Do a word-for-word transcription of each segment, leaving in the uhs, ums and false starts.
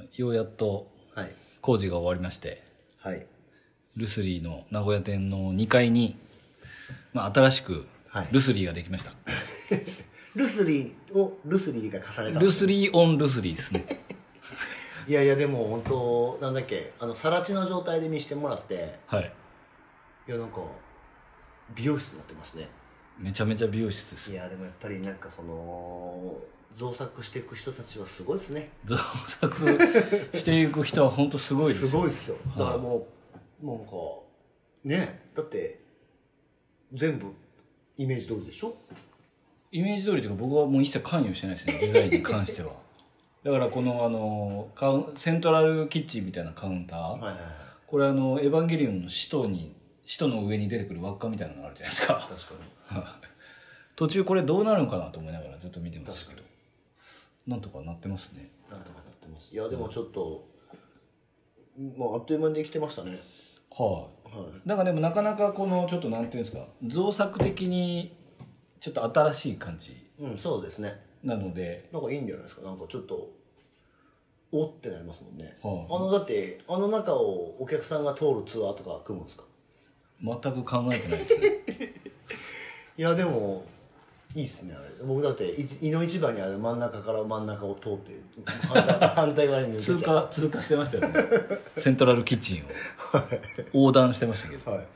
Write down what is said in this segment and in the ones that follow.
ようやっとはい工事が終わりまして、 はいルスリーの名古屋店のにかいに、まあ、新しくルスリーができました、はい、 ルスリーをルスリーが重ねたルスリーオンルスリーですねいやいやでも本当なんだっけあの更地の状態で見せてもらって、 はい、 いやなんか美容室になってますね。 めちゃめちゃ美容室です。 いやでもやっぱりなんかその造作していく人たちはすごいですね。 造作していく人は本当すごいですよ。 すごいですよ。だからもう、はい、なんかねだって全部イメージ通りでしょ。 イメージ通りというか僕はもう一切関与してないですね、デザインに関してはだからこのあのカウンセントラルキッチンみたいなカウンター、はいはいはい、これあのエヴァンゲリオンの使徒に使徒の上に出てくる輪っかみたいなのがあるじゃないですか。 確かに途中これどうなるのかなと思いながらずっと見てましたけど、なんとかなってますね。 なんとかなってます。いやでもちょっと、うん、もうあっという間にできてましたね。 はい、はい、だからでもなかなかこのちょっとなんていうんですか、造作的にちょっと新しい感じ、 うん、そうですね。 なのでなんかいいんじゃないですか。なんかちょっとおってなりますもんね、 はあ、あのだってあの中をお客さんが通るツアーとか組むんですか。 全く考えてないですねいやでもいいっすねあれ。僕だって井の一番にある真ん中から真ん中を通って反対, 反対側に抜けちゃう通過通過してましたよねセントラルキッチンを横断してましたけど、 はい、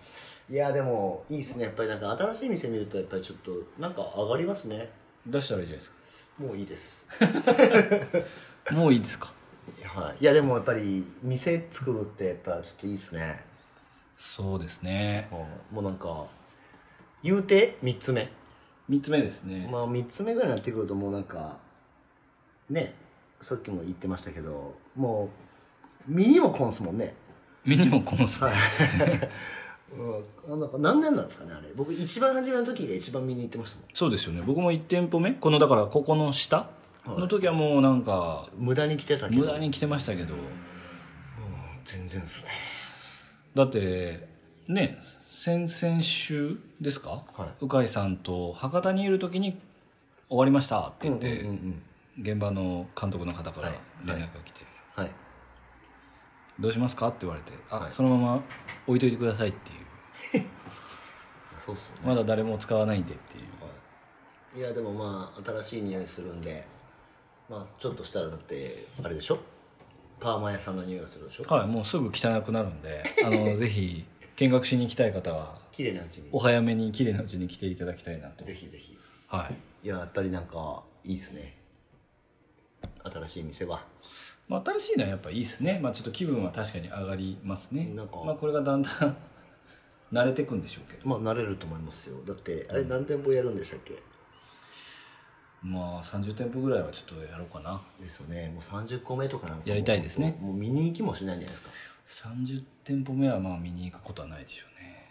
いやでもいいっすね。やっぱりなんか新しい店見るとやっぱりちょっとなんか上がりますね。 出したらいいじゃないですか。 もういいですもういいですか。 はい、いやでもやっぱり店作るってやっぱちょっといいっすね。 そうですね、 うん、もうなんか言うてみっつめみっつめですね。 まあみっつめぐらいになってくるともうなんかねさっきも言ってましたけどもうミニもコンスもんね。 ミニもコンス、はいうん、なんか何年なんですかねあれ。僕一番初めの時が一番見に行ってましたもん。 そうですよね。僕もいち店舗目このだからここの下の時はもうなんか、はい、 無駄に来てたけど無駄に来てましたけど、うん、 全然ですね。 だってね先々週ですか、はい、鵜飼さんと博多にいる時に終わりましたって言って、うんうんうんうん、現場の監督の方から連絡が来て、はいはい、どうしますかって言われて、あ、はい、そのまま置いといてくださいっていうそうっすよね。 まだ誰も使わないんでっていう、 はい、いやでもまあ新しい匂いするんで、まあちょっとしたらだってあれでしょ、パーマ屋さんの匂いがするでしょ。はい、 もうすぐ汚くなるんであのぜひ見学しに行きたい方は綺麗なうちにお早めに綺麗なうちに来ていただきたいなと。 ぜひぜひ。 はい。 いややっぱりなんかいいですね新しい店は。 まあ、新しいのはやっぱいいですね。まあちょっと気分は確かに上がりますね。なんかまあこれがだんだん慣れていくんでしょうけど。 まあ慣れると思いますよ。だってあれ何店舗やるんでしたっけ。 うん、まあさんじゅう店舗ぐらいはちょっとやろうかな。 ですよね。もうさんじゅっこめとかなんかやりたいですね。 もう見に行きもしないんじゃないですか。 さんじゅう店舗目はまあ見に行くことはないでしょうね。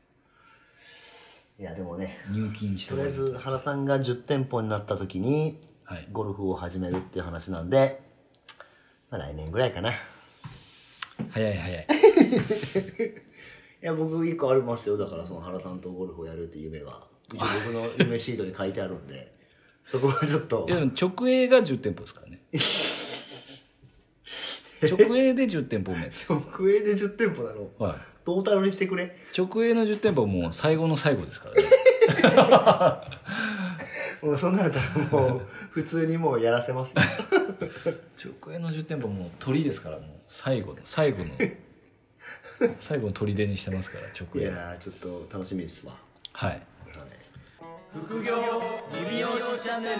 いやでもね入金してとりあえず原さんがじゅってんぽになった時にゴルフを始めるっていう話なんで、まあ、来年ぐらいかな。 早い早いいや僕一個ありますよ。だからその原さんとゴルフをやるっていう夢は一応僕の夢シートに書いてあるんでそこはちょっと。 いやでも直営がじゅう店舗ですからね直営でじゅう店舗目です。 直営でじゅう店舗なの、はい、トータルにしてくれ。 直営のじゅう店舗はもう最後の最後ですからねもうそんなんだったらもう普通にもうやらせますよ直営のじゅう店舗もう鳥ですからもう最後の最後の最後の砦にしてますから直営。 いやちょっと楽しみですわ。 はい、 副業リビオシチャンネル。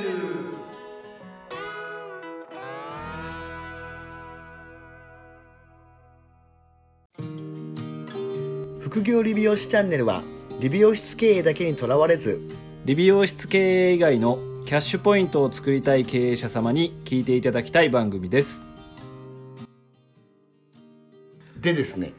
副業理美容師チャンネルは理美容室経営だけにとらわれず理美容室経営以外のキャッシュポイントを作りたい経営者様に聞いていただきたい番組です。 でですね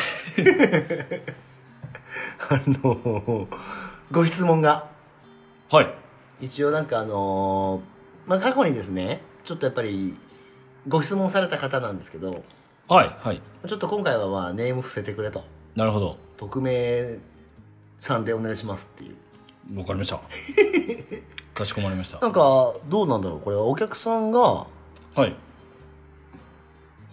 あのご質問がはい一応なんかあのまあ過去にですねちょっとやっぱりご質問された方なんですけど、 はいはい、 ちょっと今回はまあネーム伏せてくれと。 なるほど。 匿名さんでお願いしますっていう。 わかりましたかしこまりました。 なんかどうなんだろうこれはお客さんがはい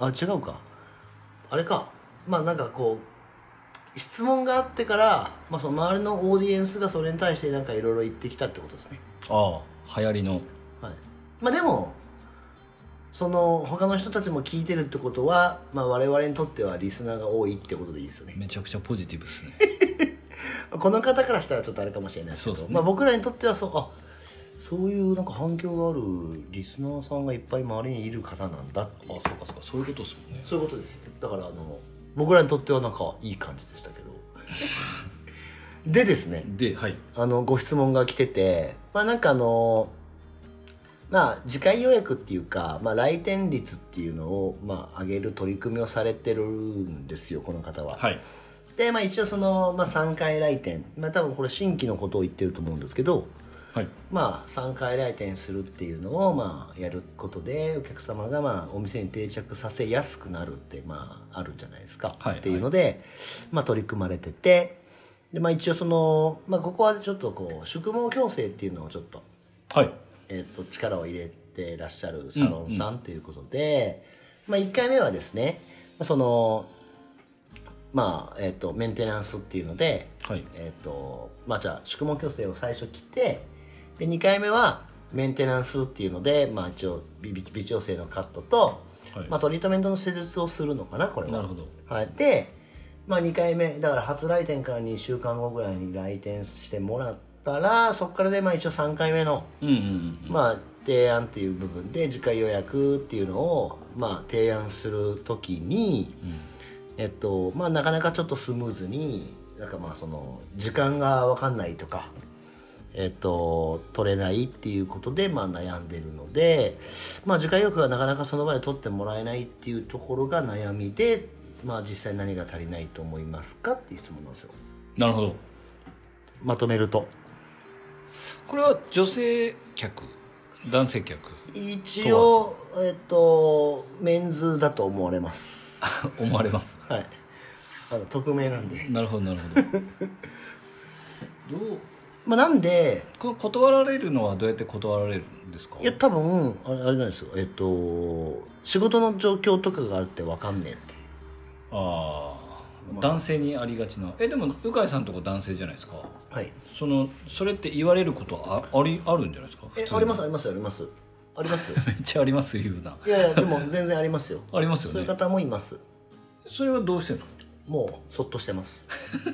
あ違うかあれかまあなんかこう質問があってから、まあ、その周りのオーディエンスがそれに対してなんかいろいろ言ってきたってことですね。 ああ流行りの、 はい、まあでもその他の人たちも聞いてるってことは、まあ、我々にとってはリスナーが多いってことでいいですよね。 めちゃくちゃポジティブですねこの方からしたらちょっとあれかもしれないですけど、 そうですね、 まあ、僕らにとってはそうあそういうなんか反響があるリスナーさんがいっぱい周りにいる方なんだっていう。 あそうかそうかそういうことですもんね。 そういうことですよ。だからあの僕らにとってはなんかいい感じでしたけどでですねで、はい、 あのご質問が来てて、まあなんかあのまあ次回予約っていうか、まあ、来店率っていうのを、まあ、上げる取り組みをされてるんですよこの方は。 はい、 で、まあ、一応その、まあ、さんかい来店、まあ、多分これ新規のことを言ってると思うんですけど、 はい、 まあ、さんかい来店するっていうのを、まあ、やることでお客様が、まあ、お店に定着させやすくなるって、まあ、あるんじゃないですか、 はい、 っていうので、まあ、取り組まれててで、まあ、一応その、まあ、ここはちょっとこう宿毛矯正っていうのをちょっと、 はいえー、と力を入れてらっしゃるサロンさんということで、うんうん、まあ、いっかいめはですねそのまあえー、とメンテナンスっていうので、 はいえーとまあ、じゃあ宿毛矯正を最初来てでにかいめはメンテナンスっていうので、まあ、一応 微, 微調整のカットと、はいまあ、トリートメントの施術をするのかなこれは。 なるほど、 はい、で、まあ、にかいめだから初来店からにしゅうかんごぐらいに来店してもらったらそこからでまあ一応さんかいめの、 うんうんうんうん、 まあ提案っていう部分で次回予約っていうのをまあ提案するときに、うんえっとまあ、なかなかちょっとスムーズになんかまあその時間が分かんないとか、えっと、取れないっていうことでまあ悩んでるので、まあ、次回予約がなかなかその場で取ってもらえないっていうところが悩みで、まあ、実際何が足りないと思いますかっていう質問なんですよ。 なるほど。 まとめるとこれは女性客男性客一応、えっと、メンズだと思われます思われます。 はい。あの匿名なんで。 なるほどなるほど。どう？ まあなんでこの断られるのはどうやって断られるんですか？ いや多分あれあれなんですよ。えっと仕事の状況とかがあるって分かんねえって。 ああ、まあ、男性にありがちな。えでも鵜飼さんとこ男性じゃないですか。 はい。 そのそれって言われることは あ, ありあるんじゃないですか？ えありますありますありますありますよ。 めっちゃあります言うな。 いやいやでも全然ありますよ。 ありますよね。 そういう方もいます。 それはどうしてんの？ もうそっとしてます。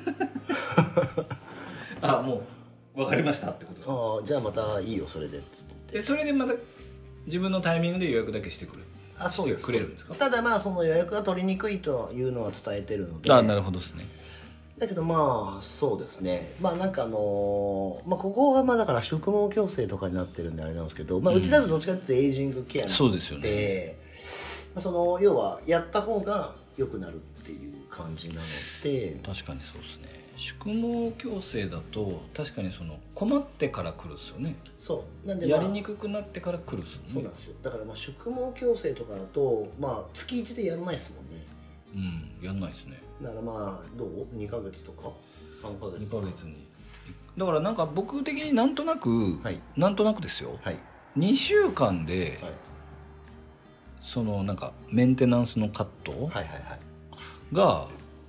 あもう分かりましたってことですか？ ああじゃあまたいいよそれでっつって。 でそれでまた自分のタイミングで予約だけしてくる。 あそうです。 してくれるんですか？ ただまあその予約が取りにくいというのは伝えてるので。 あなるほどですね。 だけどまあそうですねまあなんかあのー、まあここはまあだから宿毛矯正とかになってるんであれなんですけど、まあ、うちだとどっちかっていうとエイジングケアなんで、 そうですよね。 その要はやった方が良くなるっていう感じなので。 確かにそうですね。宿毛矯正だと確かにその困ってから来るんですよね。 そうなんで、まあ、 やりにくくなってから来るんですよね。 そうなんですよ。だからまあ宿毛矯正とかだとまあ月いちでやらないですもんね。 うんやんないですね。 だからまあどうにかげつとかさんかげつとかにかげつにだからなんか僕的になんとなく、はい、なんとなくですよ、はい、にしゅうかんで、はい、そのなんかメンテナンスのカットが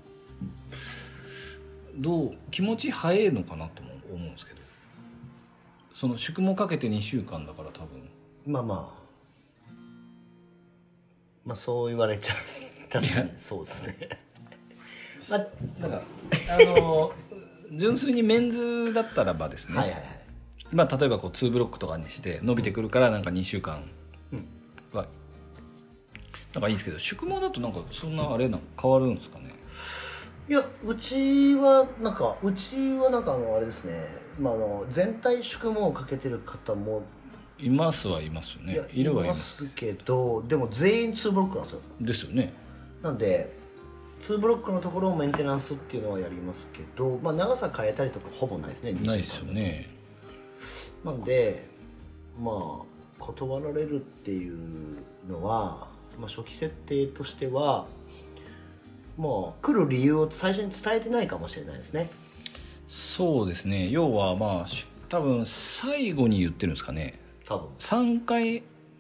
どう気持ち早いのかなと思うんですけど、その宿毛かけてにしゅうかんだから多分まあまあまあそう言われちゃう確かにそうですねまあ、なんかあの純粋にメンズだったらばですね、はいはいはいまあ、例えばこうにブロックとかにして伸びてくるからなんかにしゅうかんはなんかいいんですけど、宿毛だとなんかそんなあれな変わるんですかね。 いやうちはなんかうちはなんかあのあれですね、まあ、あの全体宿毛をかけてる方もいますはいますよね。 い, いるはいますけどでも全員にブロックなんですよ。 ですよね。 なんでにブロックのところをメンテナンスっていうのはやりますけど、まあ、長さ変えたりとかほぼないですね。 ないですよね。 なんでまあ断られるっていうのは、まあ、初期設定としてはもう来る理由を最初に伝えてないかもしれないですね。 そうですね。要はまあ多分最後に言ってるんですかね。 多分さんかい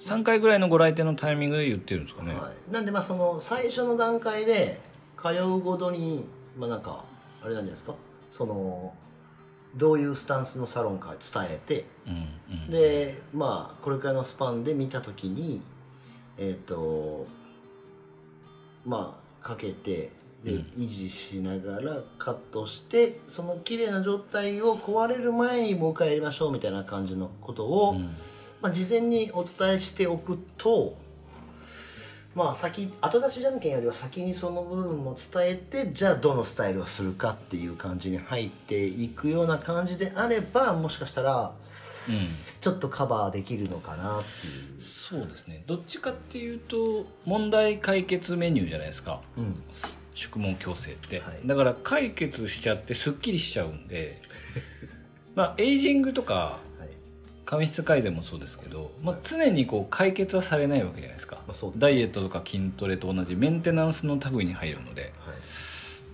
さんかいぐらいのご来店のタイミングで言ってるんですかね、 はい、なんでまあその最初の段階で通うごとにまあなんかあれなんじゃないですか、そのどういうスタンスのサロンか伝えて、うんうん、でまあこれくらいのスパンで見た時にえっ、ー、とまあかけてで、うん、維持しながらカットしてその綺麗な状態を壊れる前にもう一回やりましょうみたいな感じのことを、うん、まあ、事前にお伝えしておくと、まあ先後出しじゃんけんよりは先にその部分も伝えて、じゃあどのスタイルをするかっていう感じに入っていくような感じであれば、もしかしたら、うん、ちょっとカバーできるのかなっていう。 そうですね、どっちかっていうと問題解決メニューじゃないですか、うん、宿問矯正って、はい、だから解決しちゃってすっきりしちゃうんでまあエイジングとか髪質改善もそうですけど、まあ、常にこう解決はされないわけじゃないですか、まあそうですね、ダイエットとか筋トレと同じメンテナンスの類に入るので、はい、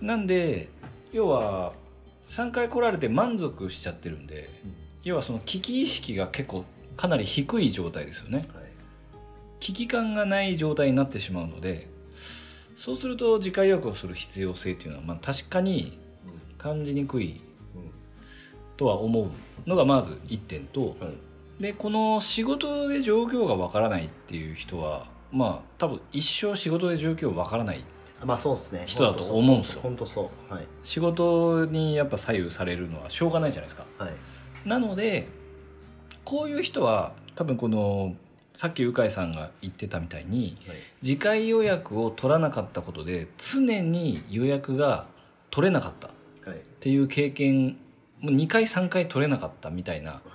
なんで要はさんかい来られて満足しちゃってるんで、うん、要はその危機意識が結構かなり低い状態ですよね、はい、危機感がない状態になってしまうので、そうすると次回予約をする必要性っていうのはまあ確かに感じにくいとは思うのがまずいってんと、はい、でこの仕事で状況がわからないっていう人はまあ多分一生仕事で状況わからない人だと思うんですよ。 本当そう、はい、 仕事にやっぱ左右されるのはしょうがないじゃないですか、はい、なのでこういう人は多分このさっき鵜飼さんが言ってたみたいに、はい、次回予約を取らなかったことで常に予約が取れなかったっていう経験、もうにかいさんかい取れなかったみたいな、はい、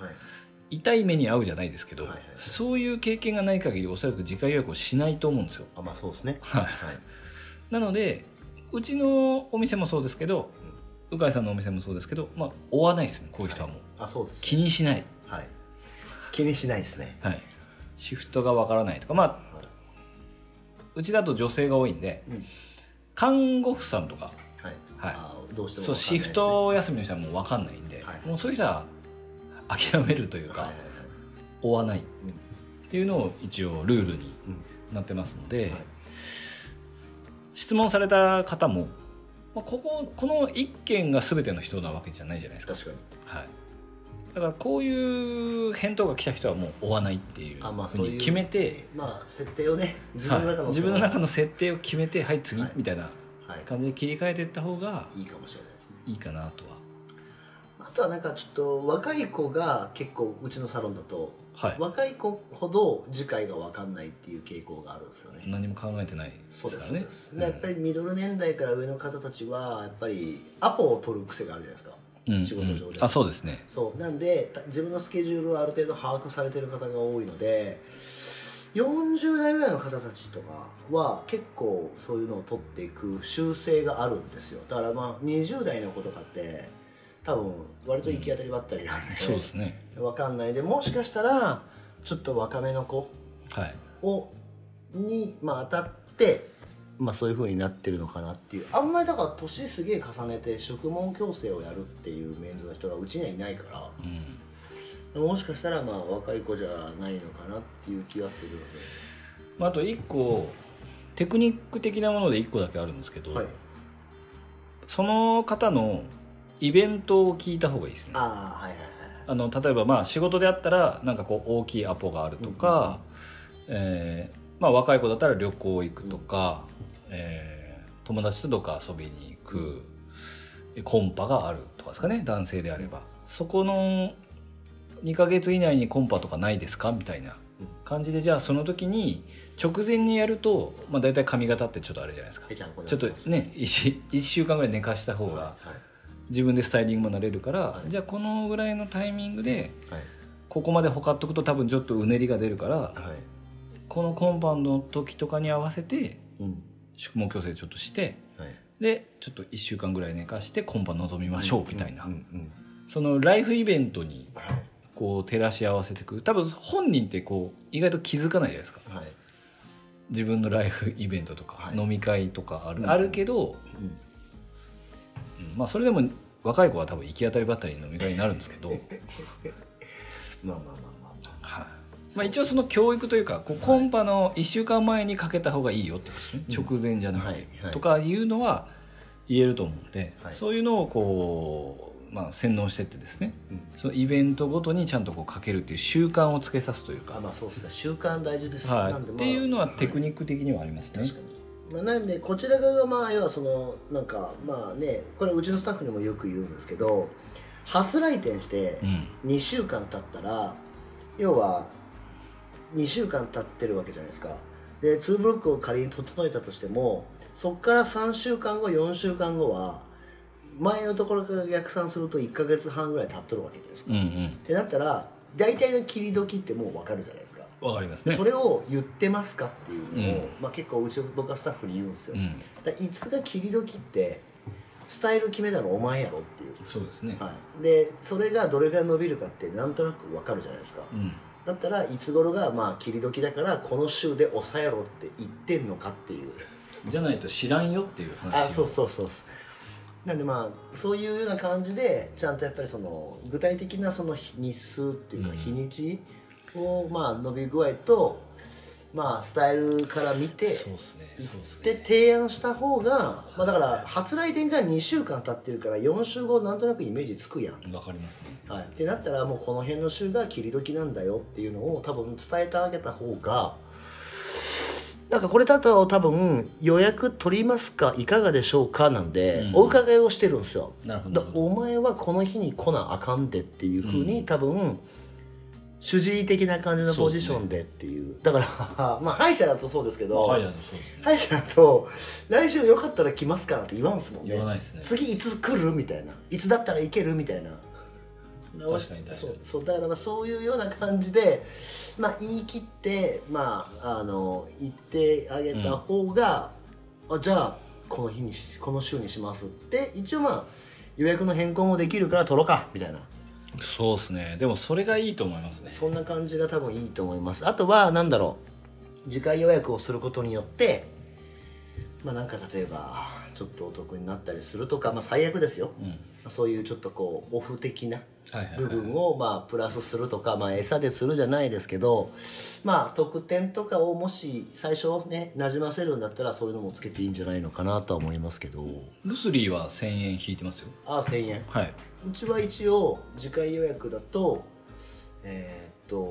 痛い目に遭うじゃないですけど、はいはいはい、そういう経験がない限りおそらく次回予約をしないと思うんですよ。 あ、まあそうですね、 はい、なのでうちのお店もそうですけど、鵜飼さんのお店もそうですけど、まあ追わないですね、こういう人はもう、 はい、あ、そうですね、 気にしない、 はい、気にしないですね、 はい、シフトがわからないとか、まあ、はい、うちだと女性が多いんで、うん、看護婦さんとか、はいはい、あ、どうしても分かんないですね、そうシフト休みの人はもう分かんないんで、はい、もうそういう人は諦めるというか、はいはいはい、追わないっていうのを一応ルールになってますので、うん、はい、質問された方も、まあ、こここのいっけんが全ての人なわけじゃないじゃないですか。 確かに、 はい、だからこういう返答が来た人はもう追わないっていうふうに決めて、 まあ、まあ設定をね、自分の中の、 はい、自分の中の設定を決めて、はい次、はい、みたいな感じで切り替えていった方がいいかもしれないですね。 いいかなとは。 あとはなんかちょっと若い子が結構うちのサロンだと、はい、若い子ほど次回が分かんないっていう傾向があるんですよね。 何も考えてないですからね。 そうです、うん、やっぱりミドル年代から上の方たちはやっぱりアポを取る癖があるじゃないですか、うん、仕事上で、うん、 あ、そうですね。 そうなんで自分のスケジュールをある程度把握されてる方が多いので、よんじゅう代ぐらいの方たちとかは結構そういうのを取っていく習性があるんですよ。だからまあにじゅう代の子とかって多分割と行き当たりばったりなんで、うん、そうですね、分かんないで、もしかしたらちょっと若めの子を、はい、に、まあ、当たって、まあ、そういう風になってるのかなっていう。あんまりだから年すげえ重ねて宿問矯正をやるっていうメンズの人がうちにはいないから、うん、もしかしたらまあ若い子じゃないのかなっていう気がするので、 まあ、あといっこテクニック的なものでいっこだけあるんですけど、はい、その方のイベントを聞いた方がいいですね。 あ、はいはいはい、 あの例えばまあ仕事であったらなんかこう大きいアポがあるとか、うんうん、えーまあ、若い子だったら旅行行くとか、うん、えー、友達とどっか遊びに行く、うん、コンパがあるとかですかね、男性であれば、そこのにかげつ以内にコンパとかないですかみたいな感じで、じゃあその時に直前にやると、まあ、大体髪型ってちょっとあれじゃないですか、ちょっとね 1, いっしゅうかんぐらい寝かした方が、はいはい、自分でスタイリングもなれるから、はい、じゃあこのぐらいのタイミングで、はい、ここまでほかっとくと多分ちょっとうねりが出るから、はい、この今晩の時とかに合わせて、うん、宿毛矯正ちょっとして、はい、でちょっといっしゅうかんぐらい寝かして今晩臨みましょうみたいな、うんうんうんうん、そのライフイベントにこう照らし合わせていく。多分本人ってこう意外と気づかないじゃないですか、はい、自分のライフイベントとか、はい、飲み会とかある、うん、あるけど、うんうん、まあそれでも若い子は多分行き当たりばったりの飲み会になるんですけどまあまあまあまあ、はい、 まあ、一応その教育というかこうコンパのいっしゅうかんまえにかけた方がいいよってことですね、うん、直前じゃなくて、はいはい、とかいうのは言えると思うんで、はい、そういうのをこう、まあ、洗脳してってですね、うん、そのイベントごとにちゃんとこうかけるっていう習慣をつけさすというか、 あ、まあそうですね、習慣大事です、 はい、 なんで、まあ、 っていうのはテクニック的にはありますね、はい、 確かに。まあ、なんでこちら側がまあ要はそのなんかまあね、これうちのスタッフにもよく言うんですけど、初来店してにしゅうかん経ったら、うん、要はにしゅうかん経ってるわけじゃないですか。でツーブロックを仮に整えたとしても、そこからさんしゅうかんごよんしゅうかんごは前のところから逆算するといっかげつはんぐらい経ってるわけですか、うんうん、ってなったら大体の切り時ってもう分かるじゃないですか。 わかりますね。 それを言ってますかっていうのを、うん、まあ、結構うち僕はスタッフに言うんですよ、うん、だいつが切り時ってスタイル決めたのお前やろっていう。 そうですね、 はい、でそれがどれぐらい伸びるかってなんとなく分かるじゃないですか、うん、だったらいつ頃がまあ切り時だからこの週で抑えろって言ってんのかっていう。 じゃないと知らんよっていう話。 あ、そうそうそう。なんでまあそういうような感じでちゃんとやっぱりその具体的なその日数っていうか日にちをまあ伸び具合とまあスタイルから見てで提案した方が、まあだから初来店からにしゅうかん経ってるからよん週後なんとなくイメージつくやん。 わかりますね。 はい。ってなったらもうこの辺の週が切り時なんだよっていうのを多分伝えてあげた方が。なんかこれだと多分予約取りますかいかがでしょうかなんで、うん、お伺いをしてるんですよ。 なるほど。 お前はこの日に来なあかんでっていうふうに、ん、多分主治医的な感じのポジションでっていう、だからまあ歯医者だとそうですけど、 歯医者だとそうですね。 歯医者だと来週よかったら来ますからって言わんすもんね。 言わないですね。 次いつ来るみたいな、いつだったらいけるみたいな。 確かに確かに。 そうそう、だからまあそういうような感じで、まあ、言い切ってまああの言ってあげた方が、うん、あじゃあこの日にしこの週にしますって一応まあ予約の変更もできるから取ろうかみたいな。 そうですね。でもそれがいいと思いますね。 そんな感じが多分いいと思います。あとはなんだろう、次回予約をすることによってまあなんか例えばちょっとお得になったりするとか、まあ最悪ですよ、うん、そういうちょっとこうオフ的な部分をまあプラスするとか、まあ餌でするじゃないですけど、まあ特典とかをもし最初ねなじませるんだったらそういうのもつけていいんじゃないのかなとは思いますけど。 ルスリーはせんえん引いてますよ。 ああせんえん。 はい。 うちは一応次回予約だとえー、っと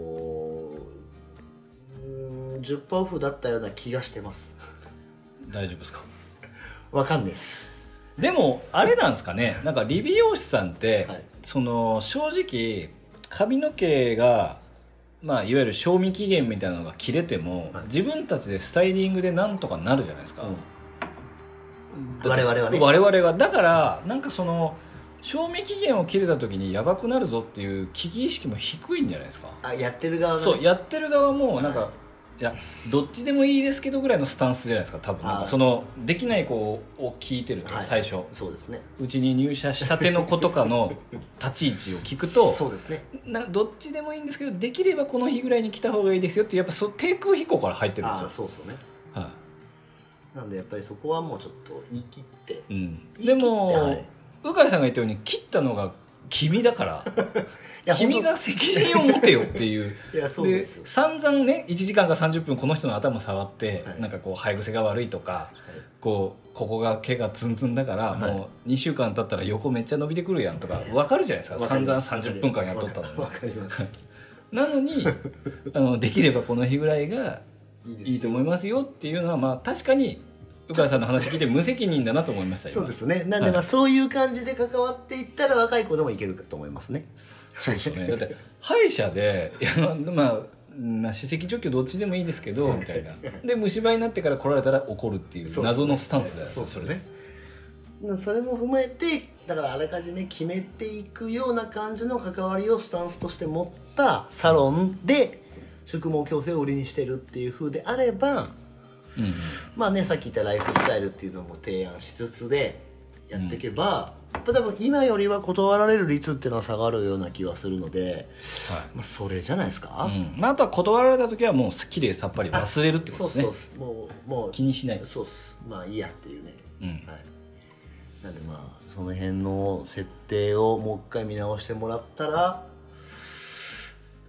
うん じゅっパーセント オフだったような気がしてます。 大丈夫ですか？ わかんないです。 でもあれなんですかね、なんか理美容師さんって、はい、その正直髪の毛が、まあ、いわゆる賞味期限みたいなのが切れても、はい、自分たちでスタイリングでなんとかなるじゃないですか、 うん、我々はね我々はだからなんかその賞味期限を切れた時にやばくなるぞっていう危機意識も低いんじゃないですか。 あ、やってる側が、ね、 そうやってる側もなんか、はい、いやどっちでもいいですけどぐらいのスタンスじゃないですか多分。なんかそのできない子を聞いてると、はい、最初そうですね、 うちに入社したての子とかの立ち位置を聞くとそうですね、 などっちでもいいんですけどできればこの日ぐらいに来た方がいいですよってやっぱそ低空飛行から入ってるんですよ。 あ、そうそうね、 はい、 なんでやっぱりそこはもうちょっと言い切って、 うん、でも、はい、鵜飼さんが言ったように切ったのが君だから君が責任を持てよっていういやそうですよ。 で散々ねいちじかんかさんじゅっぷんこの人の頭触って、はい、なんかこう生え癖が悪いとか、はい、こうここが毛がツンツンだから、はい、もうにしゅうかん経ったら横めっちゃ伸びてくるやんとか分かるじゃないですか。散々さんじゅっぷんかんやっとったのに。 分かりますなのにあのできればこの日ぐらいがいいと思いますよっていうのはまあ確かに鵜飼さんの話聞いて無責任だなと思いました。 そうですね。なんでまあそういう感じで関わっていったら若い子でもいけるかと思いますね。 そうですね。だって歯医者でいやまあまあ歯石除去どっちでもいいですけどみたいな。で虫歯になってから来られたら怒るっていう謎のスタンスだよね。 そうですね。それも踏まえてだからあらかじめ決めていくような感じの関わりをスタンスとして持ったサロンで宿毛矯正を売りにしてるっていう風であれば。うんうん、まあねさっき言ったライフスタイルっていうのも提案しつつでやっていけば、うん、多分今よりは断られる率っていうのは下がるような気はするので、はい、まあ、それじゃないですか、 うん、まあ、あとは断られた時はもうきれいさっぱり忘れるってことですね。 そうそうもうもう気にしない。 そうっす、まあいいやっていうね、 うん、 はい、なんでまあその辺の設定をもう一回見直してもらったら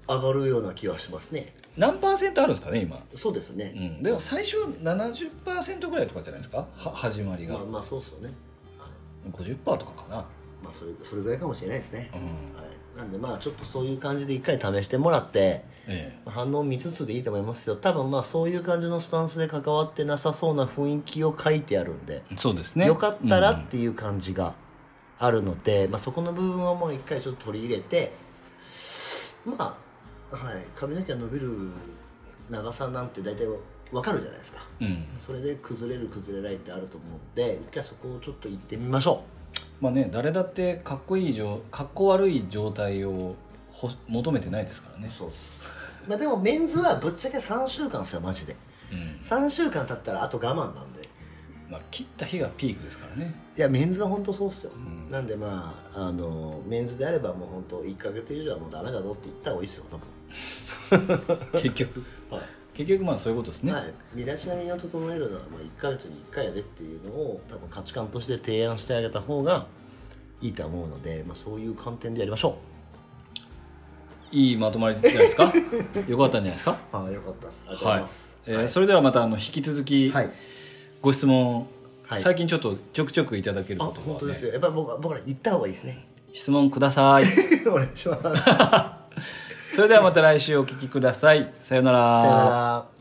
上がるような気はしますね。 何パーセントあるんですかね今。 そうですね、 うん、でも最初 ななじゅっパーセント ぐらいとかじゃないですか、は始まりが。 まあまあそうっすよね、 ごじゅっパーセント とかかな。 まあそれそれぐらいかもしれないですね、 うん、 はい、なんでまあちょっとそういう感じで一回試してもらって、ええ、反応を見つつでいいと思いますよ。多分まあそういう感じのスタンスで関わってなさそうな雰囲気を書いてあるんで、 そうですね、 よかったらっていう感じがあるので、うん、まあ、そこの部分をもう一回ちょっと取り入れて、まあはい、髪の毛が伸びる長さなんて大体分かるじゃないですか、うん、それで崩れる崩れないってあると思うんで、一回そこをちょっと行ってみましょう。まあね、誰だってかっこいい状かっこ悪い状態をほ求めてないですからね。 そうっすまあでもメンズはぶっちゃけさんしゅうかんですよマジで、うん、さんしゅうかん経ったらあと我慢なんで、 まあ、切った日がピークですからね。 いやメンズは本当そうっすよ、うん、なんでまああのメンズであればもう本当いっかげつ以上はもうダメだぞって言った方がいいですよ多分結局、はい、結局まあそういうことですね、 はい、身だしなみを整えるのはまあいっかげつにいっかいやでっていうのを多分価値観として提案してあげた方がいいと思うので、まあ、そういう観点でやりましょう。 いいまとまりじゃないですかよかったんじゃないですか。 ああよかったです。ありがとうございます、 はい、えーはい、それではまたあの引き続き、はい、ご質問、はい、最近ちょっとちょくちょくいただけることが、ね、 あ本当ですよ。やっぱり僕僕ら言った方がいいですね。 質問くださいお願いしますそれではまた来週お聞きください。さよなら。 さよなら。